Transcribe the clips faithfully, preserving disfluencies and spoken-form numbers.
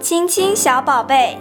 亲亲小宝贝。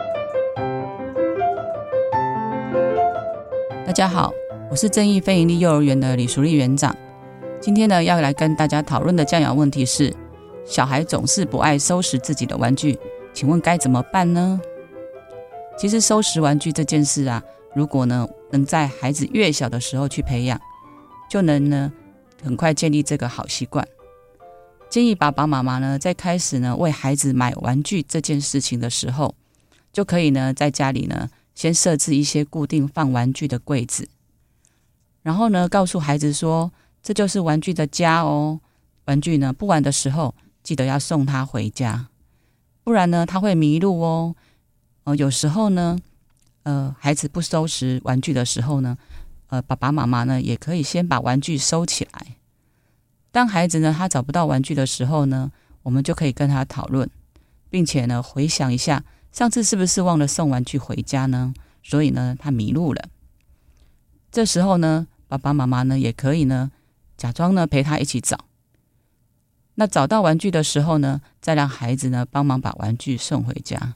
大家好，我是正义非营利幼儿园的李淑丽园长。今天呢，要来跟大家讨论的教养问题是：小孩总是不爱收拾自己的玩具，请问该怎么办呢？其实收拾玩具这件事啊，如果呢能在孩子越小的时候去培养，就能呢很快建立这个好习惯。建议爸爸妈妈呢在开始呢为孩子买玩具这件事情的时候，就可以呢在家里呢先设置一些固定放玩具的柜子，然后呢告诉孩子说，这就是玩具的家哦，玩具呢不玩的时候记得要送他回家，不然呢他会迷路哦。呃、有时候呢呃孩子不收拾玩具的时候呢呃爸爸妈妈呢也可以先把玩具收起来。当孩子呢他找不到玩具的时候呢，我们就可以跟他讨论，并且呢回想一下上次是不是忘了送玩具回家呢，所以呢他迷路了。这时候呢爸爸妈妈呢也可以呢假装呢陪他一起找，那找到玩具的时候呢，再让孩子呢帮忙把玩具送回家。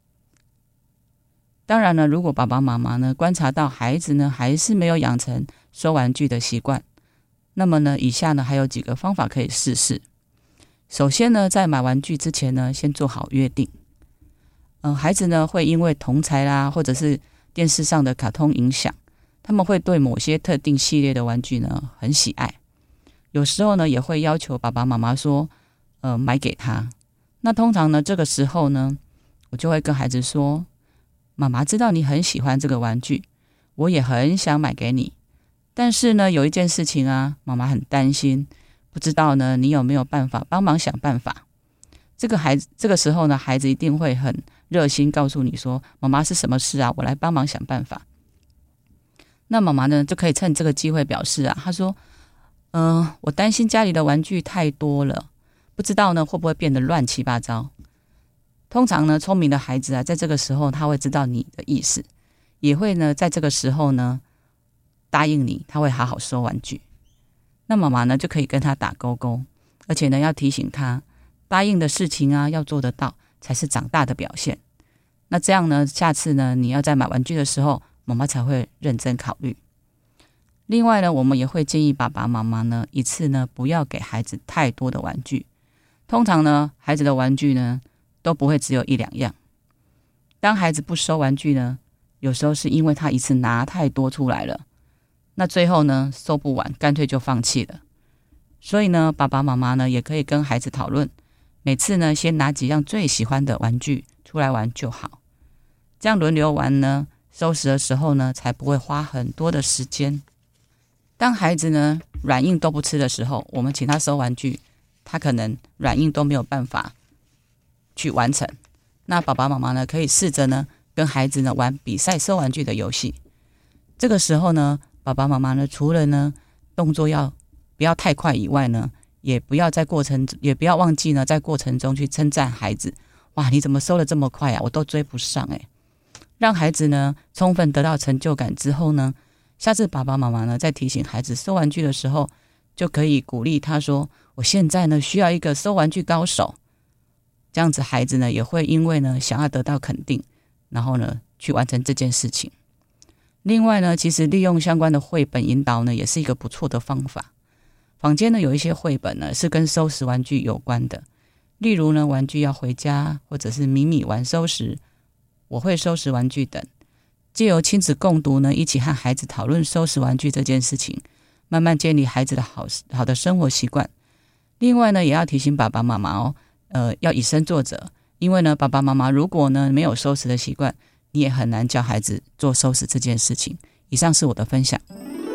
当然呢，如果爸爸妈妈呢观察到孩子呢还是没有养成收玩具的习惯，那么呢以下呢还有几个方法可以试试。首先呢，在买玩具之前呢，先做好约定。嗯、呃，孩子呢会因为同侪啦，或者是电视上的卡通影响，他们会对某些特定系列的玩具呢很喜爱。有时候呢也会要求爸爸妈妈说，呃，买给他。那通常呢这个时候呢，我就会跟孩子说，妈妈知道你很喜欢这个玩具，我也很想买给你，但是呢有一件事情啊，妈妈很担心，不知道呢你有没有办法帮忙想办法。这个孩子这个时候呢，孩子一定会很热心告诉你说，妈妈是什么事啊，我来帮忙想办法。那妈妈呢就可以趁这个机会表示啊，她说嗯、呃，我担心家里的玩具太多了，不知道呢会不会变得乱七八糟。通常呢聪明的孩子啊，在这个时候他会知道你的意思，也会呢在这个时候呢答应你，他会好好收玩具。那妈妈呢就可以跟他打勾勾，而且呢要提醒他，答应的事情啊要做得到，才是长大的表现。那这样呢，下次呢你要在买玩具的时候，妈妈才会认真考虑。另外呢，我们也会建议爸爸妈妈呢，一次呢不要给孩子太多的玩具。通常呢，孩子的玩具呢都不会只有一两样。当孩子不收玩具呢，有时候是因为他一次拿太多出来了，那最后呢收不完，干脆就放弃了。所以呢，爸爸妈妈呢也可以跟孩子讨论，每次呢先拿几样最喜欢的玩具出来玩就好。这样轮流玩呢，收拾的时候呢才不会花很多的时间。当孩子呢软硬都不吃的时候，我们请他收玩具，他可能软硬都没有办法去完成。那爸爸妈妈呢可以试着呢跟孩子呢玩比赛收玩具的游戏。这个时候呢，爸爸妈妈呢除了呢动作要不要太快以外呢，也不要在过程也不要忘记呢在过程中去称赞孩子，哇，你怎么收得这么快啊，我都追不上诶。让孩子呢充分得到成就感之后呢，下次爸爸妈妈呢在提醒孩子收玩具的时候，就可以鼓励他说，我现在呢需要一个收玩具高手。这样子孩子呢也会因为呢想要得到肯定，然后呢去完成这件事情。另外呢，其实利用相关的绘本引导呢也是一个不错的方法。坊间呢有一些绘本呢是跟收拾玩具有关的，例如呢玩具要回家，或者是米米玩收拾，我会收拾玩具等。藉由亲子共读呢，一起和孩子讨论收拾玩具这件事情，慢慢建立孩子的好好的生活习惯。另外呢，也要提醒爸爸妈妈哦，呃，要以身作则，因为呢，爸爸妈妈如果呢没有收拾的习惯，你也很难教孩子做收拾这件事情。以上是我的分享。